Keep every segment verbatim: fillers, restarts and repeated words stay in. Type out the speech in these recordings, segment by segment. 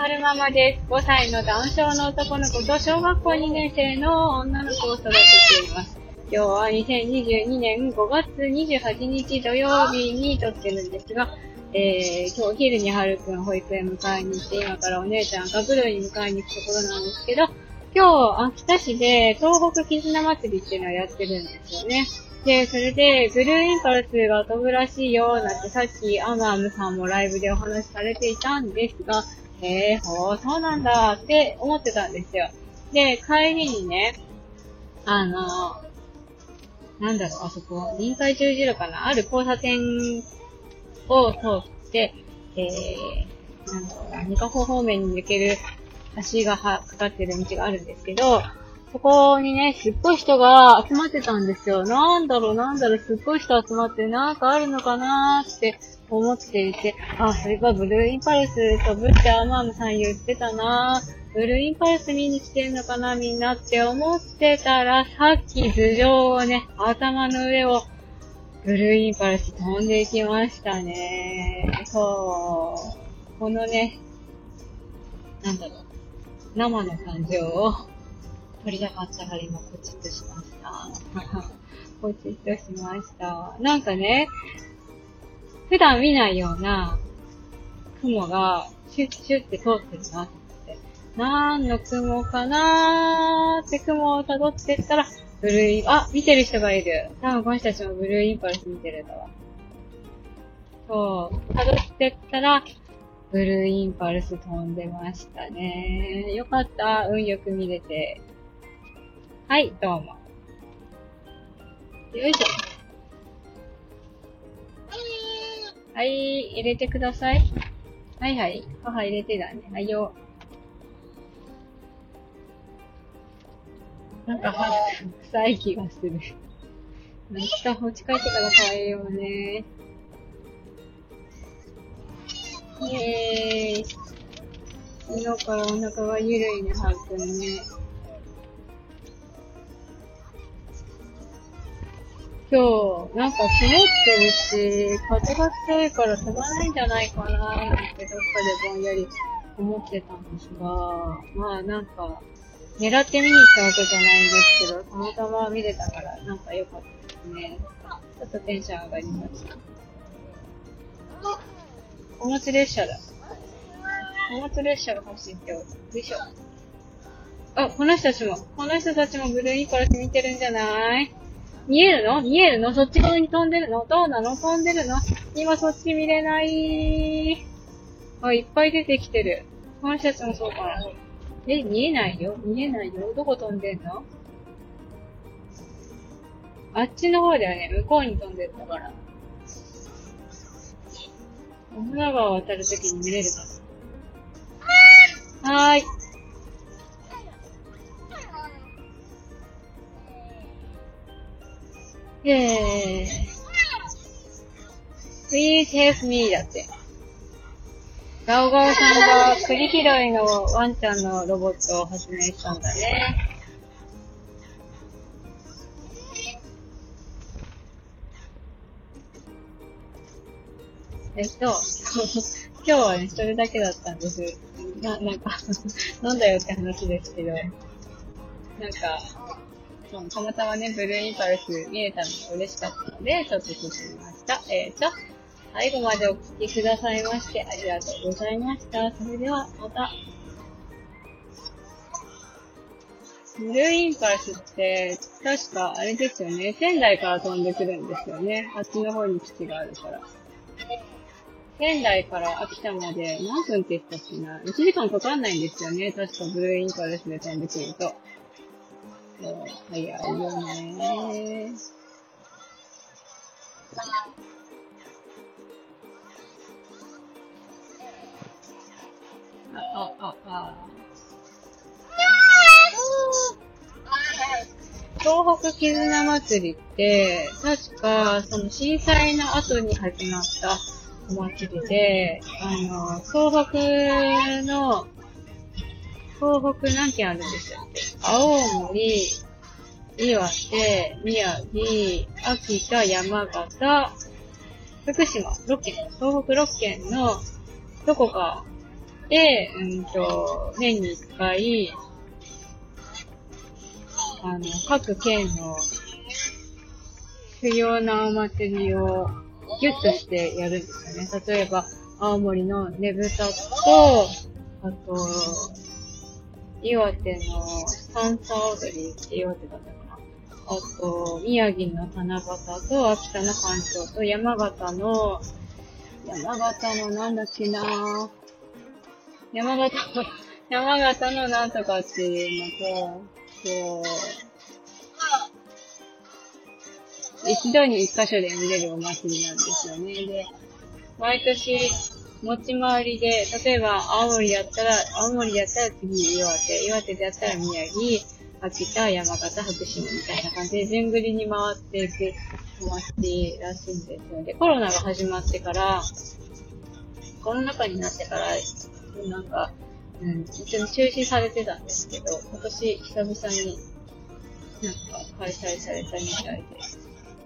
春ママです。ごさいの男性の男の子と小学校にねん生の女の子を育てています。今日はにせんにじゅうにねんごがつにじゅうはちにち土曜日に撮ってるんですが、えー、今日お昼にはるくん保育園迎えに行って、今からお姉ちゃん学童に迎えに行くところなんですけど、今日秋田市で東北絆祭りっていうのをやってるんですよね。で、それでブルーインパルスが飛ぶらしいよなんてさっきアマームさんもライブでお話しされていたんですが、へー、ほー、そうなんだって思ってたんですよ。で、帰りにね、あの、なんだろう、あそこ、臨海十字路かなある交差点を通って、えー、なんだろうな、二カ穂方面に抜ける橋がはかかってる道があるんですけど、そこにね、すっごい人が集まってたんですよ。なんだろう、なんだろう、すっごい人集まってなんかあるのかなーって思っていて、あ、それがブルーインパルス飛ぶってアマームさん言ってたなー。ブルーインパルス見に来てんのかなみんなって思ってたら、さっき頭上をね、頭の上をブルーインパルス飛んでいきましたね。そう。このね、なんだろう、生の感情を撮りたかったから今ポチッとしました。ポチッとしました。なんかね、普段見ないような雲がシュッシュッって通ってるなと思って。何の雲かなーって雲を辿ってったら、ブルーイン、あ、見てる人がいる。多分この人たちもブルーインパルス見てるんだわ。そう、辿ってったら、ブルーインパルス飛んでましたね。よかった。運よく見れて。はい、どうも。よいしょ。はい、入れてください。はいはい。母入れてだね。はいよ。なんか、臭い気がする。なんか、持ち帰ってから可愛いよね。イエーイ。昨日からお腹がゆるいね、はるくんね。今日、なんか曇ってるし、風が強いから飛ばないんじゃないかなーってどっかでぼんやり思ってたんですが、まあなんか、狙って見に行ったわけじゃないんですけど、たまたま見れたからなんか良かったですね。ちょっとテンション上がりました。貨物列車だ。貨物列車が走っておる。よいしょ。あ、この人たちも、この人たちもブルーインパルス見てるんじゃない見えるの見えるのそっち側に飛んでるのどうなの飛んでるの今そっち見れない。あ、いっぱい出てきてる。この人たちもそうかな。え、見えないよ見えないよどこ飛んでんのあっちの方だよね。向こうに飛んでるだから。小村川を渡るときに見れるかなはーい。えー。Please help me だって。ガオガオさんが栗拾いのワンちゃんのロボットを発明したんだね。えっと、今日はね、それだけだったんです。な、なんか、なんだよって話ですけど、なんか、そう、たまたまね、ブルーインパルス見れたのが嬉しかったので、ちょっと聞いてみました。えーと、最後までお聞きくださいましてありがとうございました。それでは、また。ブルーインパルスって、確かあれですよね、仙台から飛んでくるんですよね。あっちの方に基地があるから。仙台から秋田まで何分って言ったっけな ?いち 時間かかんないんですよね。確かブルーインパルスで飛んでくると。そう、早いよねー。あ、あ、あ、あ。東北絆祭りって、確か、その震災の後に始まったお祭りで、あの、東北の、東北何県あるんでしたっけ青森、岩手、宮城、秋田、山形、福島、ろっけん、東北ろっけんのどこかで、うんと、年に一回、あの、各県の主要なお祭りをギュッとしてやるんですよね。例えば、青森のねぶたと、あと、岩手の三叉踊りって岩手だったかな。あと、宮城の七夕と、秋田の干潮と、山形の、山形のなんだっけなぁ。山形の、山形のなんとかっていうのと、こう、一度に一箇所で見れるお祭りなんですよね。で、毎年、持ち回りで、例えば、青森やったら、青森やったら次岩手、岩手でやったら宮城、秋田、山形、福島みたいな感じで、順繰りに回っていくお祭りらしいんですよね。で、コロナが始まってから、コロナ禍になってから、なんか、うん、一応中止されてたんですけど、今年久々になんか開催されたみたいです。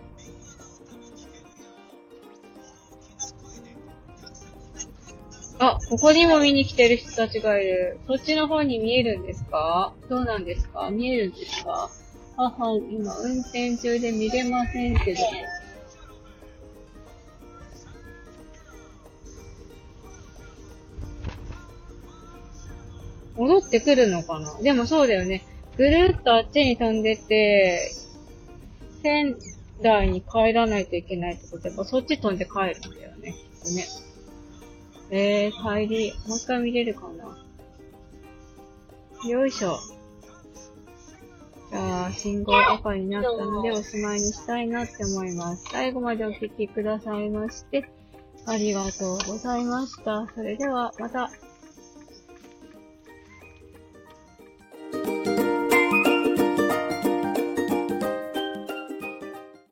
あ、ここにも見に来てる人たちがいる。そっちの方に見えるんですか？どうなんですか？見えるんですか？はは、今運転中で見れませんけど。戻ってくるのかな？でもそうだよね。ぐるっとあっちに飛んでて、仙台に帰らないといけないってことは、やっぱそっち飛んで帰るんだよね。きっとね。えー、帰り、もう一回見れるかな。よいしょ。じゃあ、信号赤になったのでおしまいにしたいなって思います。最後までお聞きくださいまして、ありがとうございました。それでは、また。